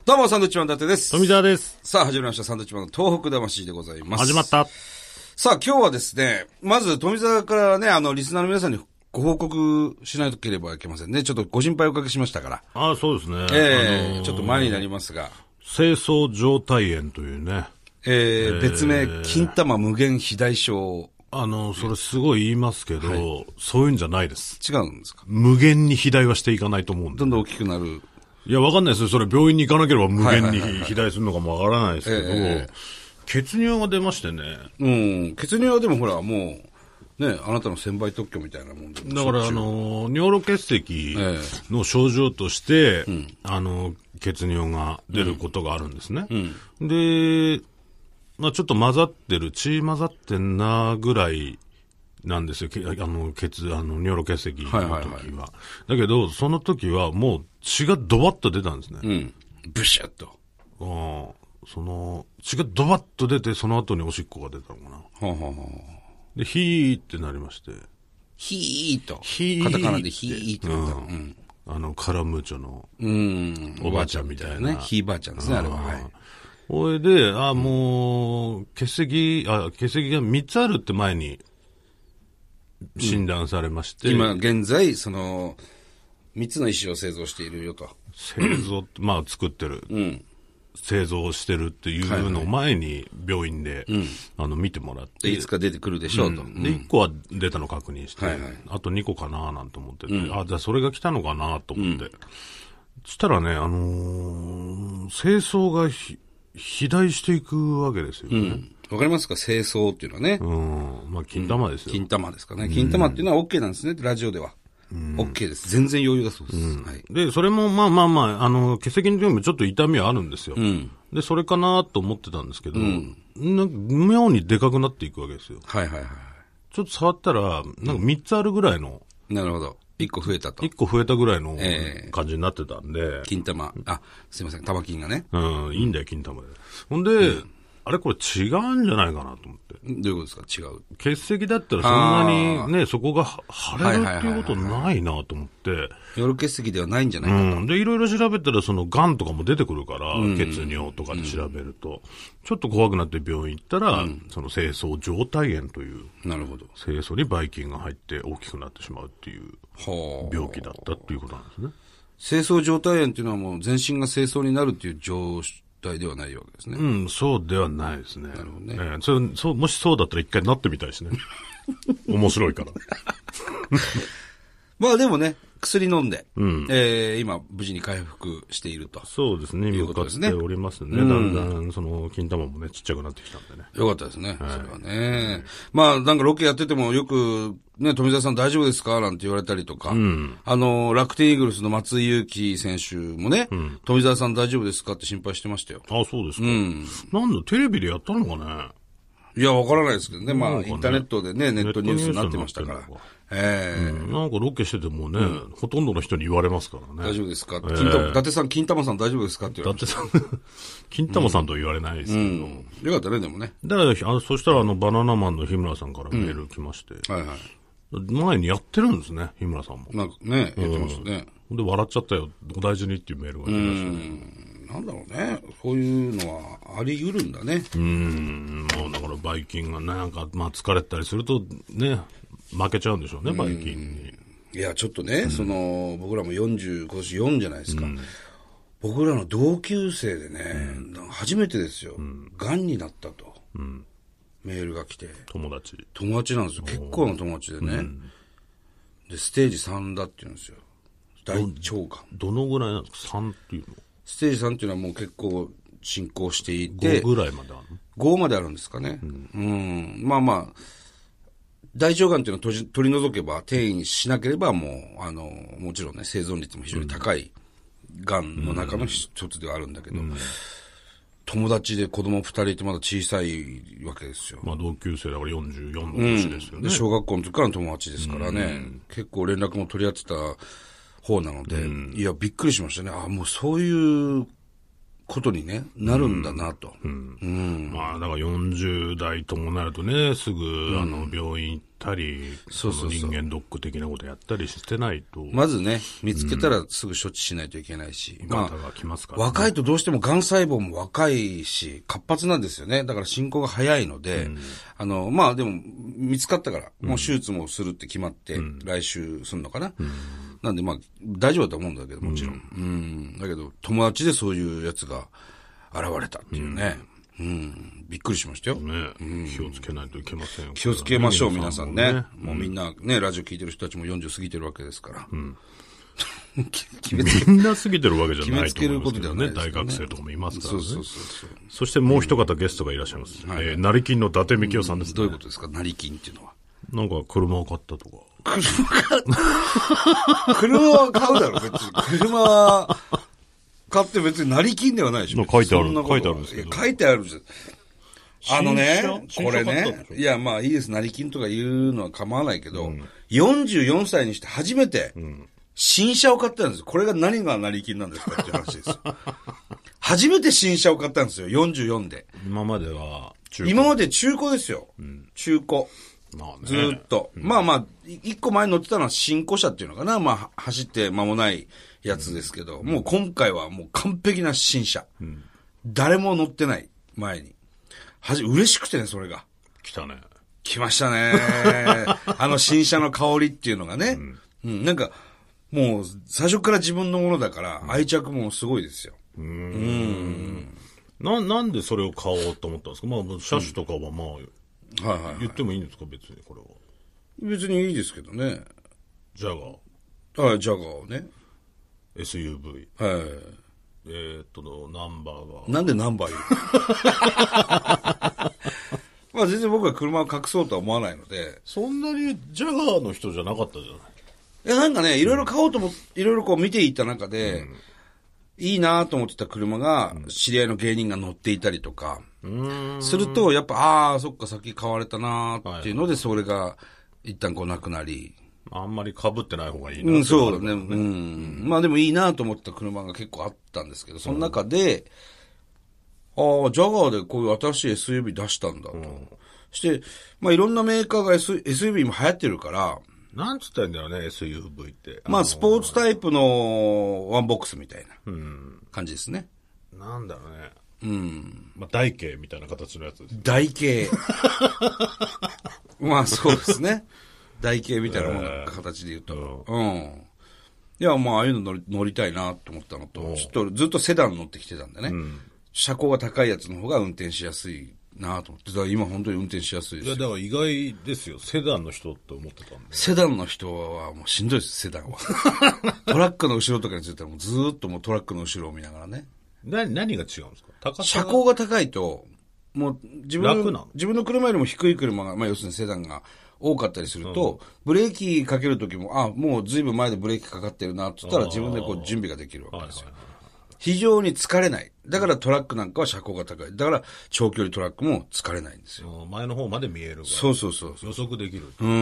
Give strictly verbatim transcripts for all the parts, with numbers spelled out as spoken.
どうも、サンドウィッチマン伊達です。 富澤です。 さあ、始まりました。サンドウィッチマンの東北魂でございます。 始まった。 さあ、今日はですね、まず富澤からね、あの、リスナーの皆さんにご報告しなければいけませんね。ちょっとご心配おかけしましたから。 ああ、そうですね。 ええーあのー、ちょっと前になりますが。 清掃状態炎というね。 えー、えー、別名、金玉無限肥大症。 あの、それすごい言いますけど、はい、そういうんじゃないです。 違うんですか？ 無限に肥大はしていかないと思うんで。 どんどん大きくなる。 いや、わかんないですよ。それ病院に行かなければ無限に肥大するのかもわからないですけど、えー、血尿が出ましてね。 うん。血尿はでもほら、もう、ね、あなたの専売特許みたいなもんで。 だから、あの、尿路結石の症状として、えーうん、あの、血尿が出ることがあるんですね。うんうん、で、まあちょっと混ざってる、血混ざってんなぐらいなんですよ。あの、血、あの、尿路結石の時は。はいはいはい、だけど、その時はもう血がドバッと出たんですね。 うん。ブシュッと。 ああ、その、血がドバッと出て、その後におしっこが出たのかな。はあはあはあ、で、ヒーってなりまして。 ヒーと。 ヒー。 カタカナでヒーって言ったの。うん。うん、 あの、カラムーチョの。 うん。 おばあちゃんみたいな。 ね。ヒーばあちゃんですね、あれは。はい。 それで、あ、もう、結石、あ、結石がみっつあるって前に診断されまして。 うん、今現在、その、みっつの石を製造しているよと。 製造、まあ作ってる。うん。製造してるっていうのを前に病院で、はいはい、あの見てもらって。 いつか出てくるでしょうと。うん、 で、いっこは出たの確認して、はいはい、あとにこかななんて思ってて、うん、あ、じゃあそれが来たのかなと思って。うん、そしたらね、あのー、清掃がひ肥大していくわけですよね。わ、 うん、かりますか？清掃っていうのはね。 うん。まあ、金玉ですよ。 うん、金玉ですかね。金玉っていうのは OK なんですね、ラジオでは。うん、OK です。全然余裕だそうです。うん、はい。 で、それもまあまあまあ、あの、血石の時もちょっと痛みはあるんですよ。うん、で、それかなと思ってたんですけど、うん、なんか妙にでかくなっていくわけですよ。 はいはいはい。 ちょっと触ったら、なんかみっつあるぐらいの。 うん、なるほど。いっこ増えたと。 いっこ増えたぐらいの感じになってたんで。えー、金玉。あ、すいません。玉金がね。 うん、いいんだよ、金玉で。ほんで、うんあれこれ違うんじゃないかなと思って。 どういうことですか？違う。 結石だったらそんなにね、そこが腫れるっていうことないなと思って。 夜結石ではないんじゃないかと。 うん。で、いろいろ調べたらその癌とかも出てくるから、うん、血尿とかで調べると、うん、ちょっと怖くなって病院行ったら、うん、その清掃状態炎という。 なるほど。 清掃にばい菌が入って大きくなってしまうっていう病気だったっていうことなんですね。 清掃状態炎っていうのはもう全身が清掃になるっていう状態ではないわけですね。 うん、そうではないですね。 なるほどね。 えー、それそうもしそうだったら一回なってみたいですね。面白いから。 まあでもね、薬飲んで、うんえー、今無事に回復していると。 そうですね。よかっておりますね。うん、だんだんその金玉もねちっちゃくなってきたんでね。 よかったですね。はい、それはね。まあなんかロケやっててもよくね富澤さん大丈夫ですかなんて言われたりとか、うん、あの楽天イーグルスの松井裕樹選手もね、うん、富澤さん大丈夫ですかって心配してましたよ。 あ、そうですか。うん、なんだテレビでやったのかね。 いやわからないですけどね。まあインターネットでねネットニュースになってましたから。ええーうん、なんかロケしててもね、うん、ほとんどの人に言われますからね。 大丈夫ですか、えー、金玉、伊達さん、金玉さん大丈夫ですかって言われて。伊達さん、金玉さんとは言われないですけど。うんうん、よかったね、でもね。 だから、あそしたらあの、バナナマンの日村さんからメール来まして。うん、はいはい。前にやってるんですね、日村さんも。 なんかね、やってましたね。 で、笑っちゃったよ、お大事にっていうメールが来ましたね。なんだろうね。そういうのはあり得るんだね。 うーん。もうだからバイキンがね、なんか、まあ疲れたりするとね、負けちゃうんでしょうね、バイキンに。 いや、ちょっとね、うん、その、僕らもよんじゅう、今年よんじゃないですか。うん、僕らの同級生でね、うん、初めてですよ。癌、うん、になったと、うん。メールが来て。 友達。 友達なんですよ。結構な友達でね。で、ステージさんだって言うんですよ。大腸がん。 どのぐらいなんですか ?さん っていうの？ ステージさんっていうのはもう結構進行していて。 ごぐらいまであるの ? ご まであるんですかね。うん。うん、まあまあ、大腸がんっていうのを取り、取り除けば、転移しなければもう、あの、もちろんね、生存率も非常に高いがんの中の一つではあるんだけど、うん、友達で子供二人いてまだ小さいわけですよ。 まあ同級生だからよんじゅうよんの年ですよね、うん。で、 小学校の時からの友達ですからね、うん、結構連絡も取り合ってた方なので、うん、いや、びっくりしましたね。あ、もうそういうことにね、なるんだなと。うん。 うん。まあ、だからよんじゅう代ともなるとね、すぐ、あの、病院行ったり、その人間ドック的なことやったりしてないと。 まずね、見つけたらすぐ処置しないといけないし。 うん、まあ、が来ますからね、 若いとどうしても癌細胞も若いし、活発なんですよね。だから進行が早いので、うん、あの、まあでも、見つかったから、もう手術もするって決まって、うん、来週するのかな、うん、なんでまあ、大丈夫だと思うんだけど、もちろん。うん。うん、だけど、友達でそういうやつが現れたっていうね。うん、うん、びっくりしましたよ。 ね、うん、気をつけないといけませんよ。 気をつけましょう、皆さんね。もうみんなね、ラジオ聞いてる人たちもよんじゅう過ぎてるわけですから。うん、 決めつけみんな過ぎてるわけじゃないと思いますけどね。大学生とかもいますからね。そうそうそうそう。そしてもう一方ゲストがいらっしゃいます。うん、えー、成金の伊達美京さんですね、うん。 どういうことですか、成金っていうのは。 なんか車を買ったとか。 車買った車は買うだろ、別に。車は、買って別に成金ではないでしょ。 書いてある、書いてあるんですけど。 書いてあるじゃん。あのね、これね、いやまあいいです、成金とか言うのは構わないけど、うん、よんじゅうよんさいにして初めて、新車を買ったんですよ。これが何が成金なんですかっていう話ですよ。初めて新車を買ったんですよ、よんじゅうよんで。 今までは中古。今まで中古ですよ。うん、中古。まあね、ずーっと。うん、まあまあ、一個前に乗ってたのは新古車っていうのかな。まあ、走って間もないやつですけど、うん、もう今回はもう完璧な新車。うん、誰も乗ってない、前に。はじ、嬉しくてね、それが。 来たね。 来ましたね。あの新車の香りっていうのがね。うん。うん、なんか、もう、最初から自分のものだから、愛着もすごいですよ。うん。うんな、なんでそれを買おうと思ったんですか？まあ、車種とかはまあ、うんはいはいはい、言ってもいいんですか別にこれは。 別にいいですけどね。 ジャガー。はい、ジャガーをね。 エスユーブイ。 はい。 えー、っと、ナンバーが。 なんでナンバー言うまあ全然僕は車を隠そうとは思わないので。 そんなにジャガーの人じゃなかったじゃない。 いやなんかね、いろいろ買おうとも、いろいろこう見ていった中で、うん、いいなと思ってた車が、知り合いの芸人が乗っていたりとか、すると、やっぱ、ああ、そっか、先買われたなーっていうので、それが、一旦こうなくなり。 あんまり被ってない方がいいな、 ね。うん、そうだね。うん。うん、まあでもいいなと思った車が結構あったんですけど、その中で、うん、ああ、ジャガーでこういう新しい エスユーブイ 出したんだと。うん、して、まあいろんなメーカーが S、エスユーブイ も流行ってるから、 なんつったらいいんだろうね、エスユーブイ って。 まあ、スポーツタイプのワンボックスみたいな感じですね。 うん、なんだろうね。 うん。 まあ、台形みたいな形のやつです、ね。 台形。まあ、そうですね。台形みたいなもの、えー、形で言うと。うん。うん、いや、まあ、ああいうの乗り乗りたいなと思ったのと、ちょっとずっとセダン乗ってきてたんでね。うん、車高が高いやつの方が運転しやすいなと思って。だから今本当に運転しやすいですよ。 いや、だから意外ですよ。セダンの人って思ってたんで。 セダンの人はもうしんどいです、セダンは。トラックの後ろとかについてはもうずーっともうトラックの後ろを見ながらね。 な、何が違うんですか？高さ車高が高いと、もう自分の、楽なの？自分の車よりも低い車が、まあ要するにセダンが多かったりすると、うん、ブレーキかけるときも、あ、もうずいぶん前でブレーキかかってるなって言ったら自分でこう準備ができるわけですよ。はいはいはい、非常に疲れない。だからトラックなんかは車高が高い。だから長距離トラックも疲れないんですよ。 前の方まで見えるから。 そうそうそうそう。 予測できる。 うん。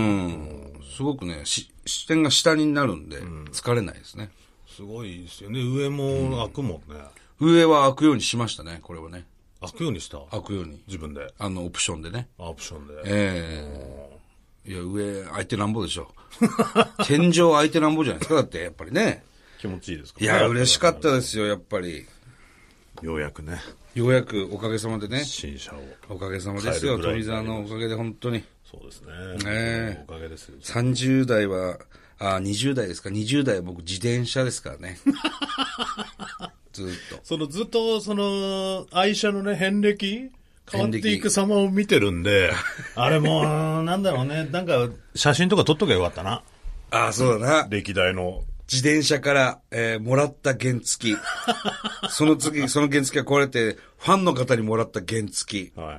すごくね、し視点が下になるんで、疲れないですね。 すごいですよね。上も開くもんね。 うん、上は開くようにしましたね、これはね。 開くようにした？ 開くように。 自分で。 あの、オプションでね。 オプションで。 ええー。いや、上開いてなんぼでしょ。天井開いてなんぼじゃないですか、だって、やっぱりね。 気持ちいいですか？ いや、嬉しかったですよ、やっぱり。 ようやくね。 ようやくおかげさまでね。 新車を。 おかげさまですよ。富澤のおかげで本当に。 そうですね。 ねえ。 おかげですよ。 さんじゅう代は、あ、にじゅう代ですか。にじゅう代は僕自転車ですからね。ずっと。 そのずっとその愛車のね、遍歴変わっていく様を見てるんで、あれもう、なんだろうね。なんか写真とか撮っときゃよかったな。 ああ、そうだな。 歴代の。 自転車から、えー、もらった原付。その次、その原付が壊れて、ファンの方にもらった原付。はいはい、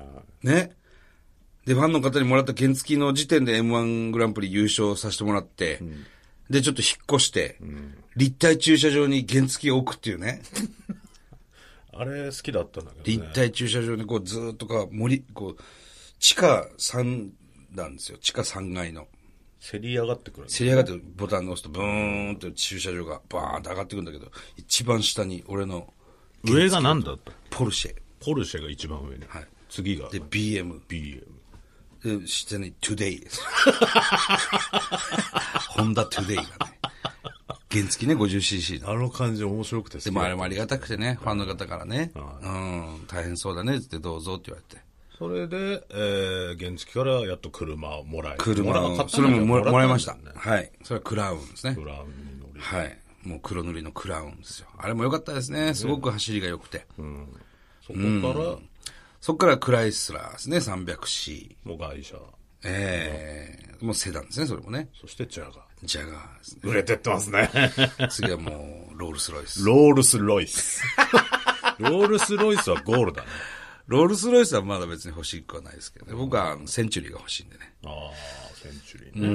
ね。で、ファンの方にもらった原付の時点で エムワン グランプリ優勝させてもらって、うん、で、ちょっと引っ越して、うん、立体駐車場に原付を置くっていうね。 あれ好きだったんだけどね。 立体駐車場にこうずーっとか、森、こう、地下さんなんですよ。地下さん階の。 せり上がってくる、ね。 せり上がってボタンを押すとブーンと駐車場がバーンと上がってくるんだけど、一番下に俺の。 上が何だった？ ポルシェ。 ポルシェが一番上に。 はい。 次が。 で、ビーエム。 ビーエム。 で、下に Today です。ホンダ Today がね。原付ね、ごじゅうシーシー の。 あの感じ面白くて好き。 でもあれもありがたくてね、ファンの方からね。うん、大変そうだねってどうぞって言われて。 それで、えー、原付からやっと車をもらえる。 車を、それももらいました。はい。それはクラウンですね。 クラウンに乗り。 はい。もう黒塗りのクラウンですよ。あれも良かったですね。すごく走りが良くて。 うん。そこから、 うん、そこからクライスラーですね、さんびゃくシー。 もう外車。 ええー、もうセダンですね、それもね。 そしてジャガー。 ジャガーですね。 売れてってますね。 次はもう、ロールスロイス。 ロールスロイス。ロールスロイスはゴールだね。 ロールスロイスはまだ別に欲しくはないですけどね。僕はセンチュリーが欲しいんでね。 ああ、センチュリーね。 うん。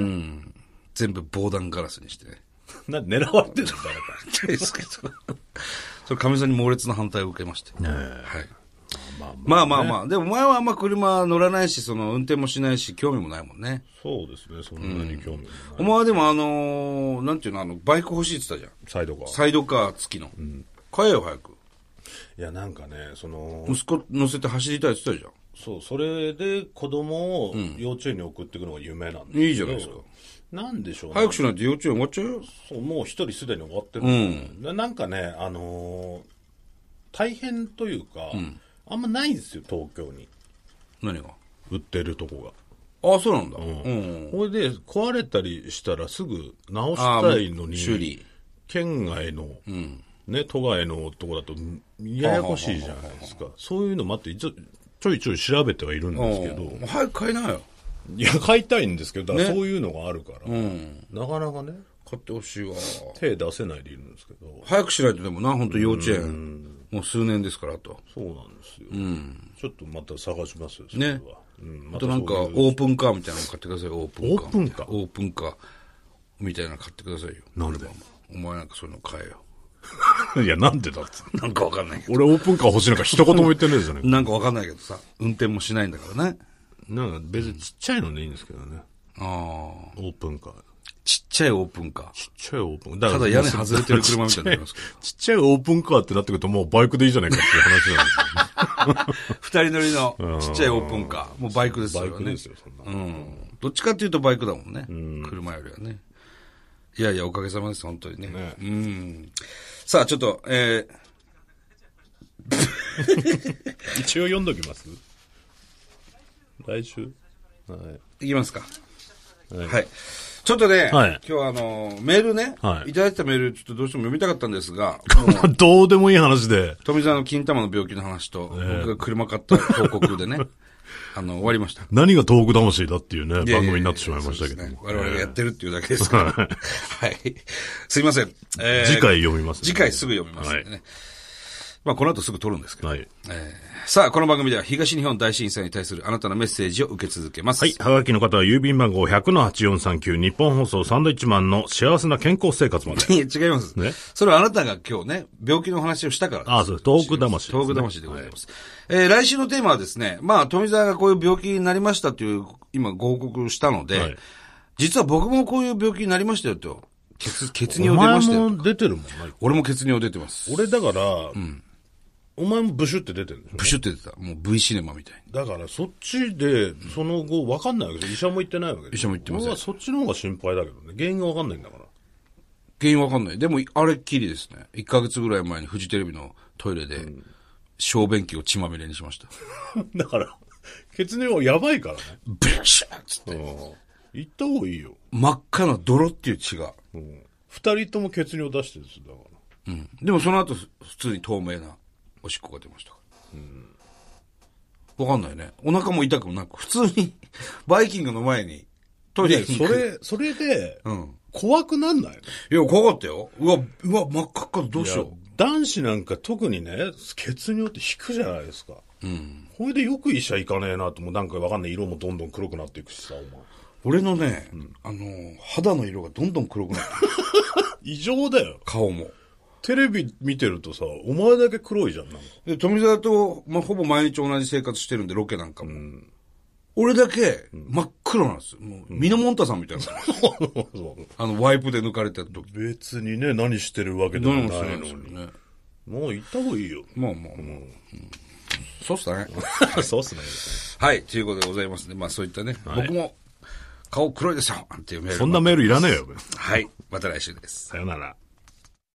全部防弾ガラスにしてね。 な、狙われてるんだ、誰か。 ですけど。それ、かみさんに猛烈な反対を受けまして。 ねえ。 はい。 まあまあ、ね、 まあまあまあ。でも前はあんま車乗らないし、その運転もしないし、興味もないもんね。 そうですね、そんなに興味もない。 うん、お前はでもあのー、なんていうの、あの、バイク欲しいって言ったじゃん。 サイドカー。 サイドカー付きの。うん。買えよ、早く。 いや、なんかね、その。 息子乗せて走りたいって言ったじゃん。 そう、それで子供を幼稚園に送っていくのが夢なんですけど、 うん、いいじゃないですか。 なんでしょうね。 早くしないと幼稚園終わっちゃうよ。 そう、もう一人すでに終わってるんで、うん、なんかね、あのー、大変というか、うん、あんまないんですよ、東京に。 何が売ってるとこが。ああ、そうなんだ。 うん。ほ、うん、いで、壊れたりしたらすぐ直したいのに、 修理。 県外の、うん、ね、都外のとこだと、ややこしいじゃないですか。そういうのもあって、ちょいちょい調べてはいるんですけど。 早く買いなよ。 いや、買いたいんですけど、だからそういうのがあるから、 ね、 うん、なかなかね、 買ってほしいわ。 手出せないでいるんですけど。 早くしないとでもな、本当幼稚園、もう数年ですからと。 そうなんですよ。 うん、 ちょっとまた探しますよ、それは。ね。うん、あとなんか、オープンカーみたいなの買ってください、オープンカー。 オープンカーオープンカーみたいなの買ってくださいよ。 なんでお前なんかそういうの買えよ。 いや、なんでだって。 なんかわかんないけど。 俺オープンカー欲しいなんか一言も言ってないじゃないか。 なんかわかんないけどさ、運転もしないんだからね。 なんか別にちっちゃいのでいいんですけどね。 ああ。 オープンカー。 ちっちゃいオープンカー。 ちっちゃいオープンカー。ただ屋根外れてる車みたいになりますけど。 ちっちゃいオープンカーってなってくるともうバイクでいいじゃないかっていう話なんですよ、ね。 二人乗りのちっちゃいオープンカー。もうバイクですよね。 バイクですよ、そんな。 うん。どっちかっていうとバイクだもんね。うん、車よりはね。いやいや、おかげさまです、本当にね。ねうん。さあ、ちょっと、えー、一応読んどきます。来週はい。 いきますか。 はい。 はい、ちょっとね、 はい、 今日はあの、メールね、はい、いただいたメール、ちょっとどうしても読みたかったんですが、 どうでもいい話で。 富澤の金玉の病気の話と、えー、僕が車買った報告でね、あの、終わりました。 何が東北魂だっていうね、番組になってしまいましたけど。 ね、我々がやってるっていうだけですから。はい。すいません。 えー、次回読みます、ね。 次回すぐ読みますんでね。はい、まあ、この後すぐ撮るんですけど。 はい。 えー、さあ、この番組では東日本大震災に対するあなたのメッセージを受け続けます。 はい。はがきの方は郵便番号 ひゃくのはちよんさんきゅう 日本放送サンドイッチマンの幸せな健康生活まで。 いや、違います。ね。それはあなたが今日ね、病気の話をしたからです。 ああ、そうです。東北魂です、 ね。東北魂でございます。はい、えー、来週のテーマはですね、まあ、富澤がこういう病気になりましたという、今ご報告したので、はい、実は僕もこういう病気になりましたよと。血、血尿出ましたよ。 お前も出てるもんね。 俺も血尿出てます。 俺だから、うん。お前もブシュって出てるんでしょ？ ブシュって出てた。もう V シネマみたいに。 だからそっちで、その後分かんないわけで、医者も言ってないわけで。 医者も言ってません。 俺はそっちの方が心配だけどね。原因が分かんないんだから。 原因分かんない。でも、あれっきりですね。いっかげつぐらい前にフジテレビのトイレで、小便器を血まみれにしました。 だから、血尿はやばいからね。 ブシューッつって。 行った方がいいよ。 真っ赤な泥っていう血が。 うん。二人とも血尿出してるんですだから。 うん。でもその後、普通に透明なおしっこが出ました。うん。わかんないね。お腹も痛くもなく、普通に、バイキングの前に、トイレに行く。 それ、それで、うん。怖くなんないの？いや、怖かったよ。うわ、うわ、真っ赤っかでどうしよう。 男子なんか特にね、血尿って引くじゃないですか。うん。これでよく医者行かねえなと思う。なんかわかんない。色もどんどん黒くなっていくしさ、お前。 俺のね、うん、あの、肌の色がどんどん黒くなって異常だよ。 顔も。 テレビ見てるとさ、お前だけ黒いじゃん。なんかで、富澤と、まあ、ほぼ毎日同じ生活してるんで、ロケなんかも。うん、俺だけ、真っ黒なんですよ。もう、ミノモンタさんみたいな。あの、ワイプで抜かれた時。 別にね、何してるわけでもないのに。 ね。 もう行った方がいいよ。 まあまあまあ。うん、 そうっすね。 そうっすね。 はい、ということでございますね。まあそういったね、はい、僕も顔黒いですよっていうメール。 そんなメールいらねえよ。 はい、また来週です。 さよなら。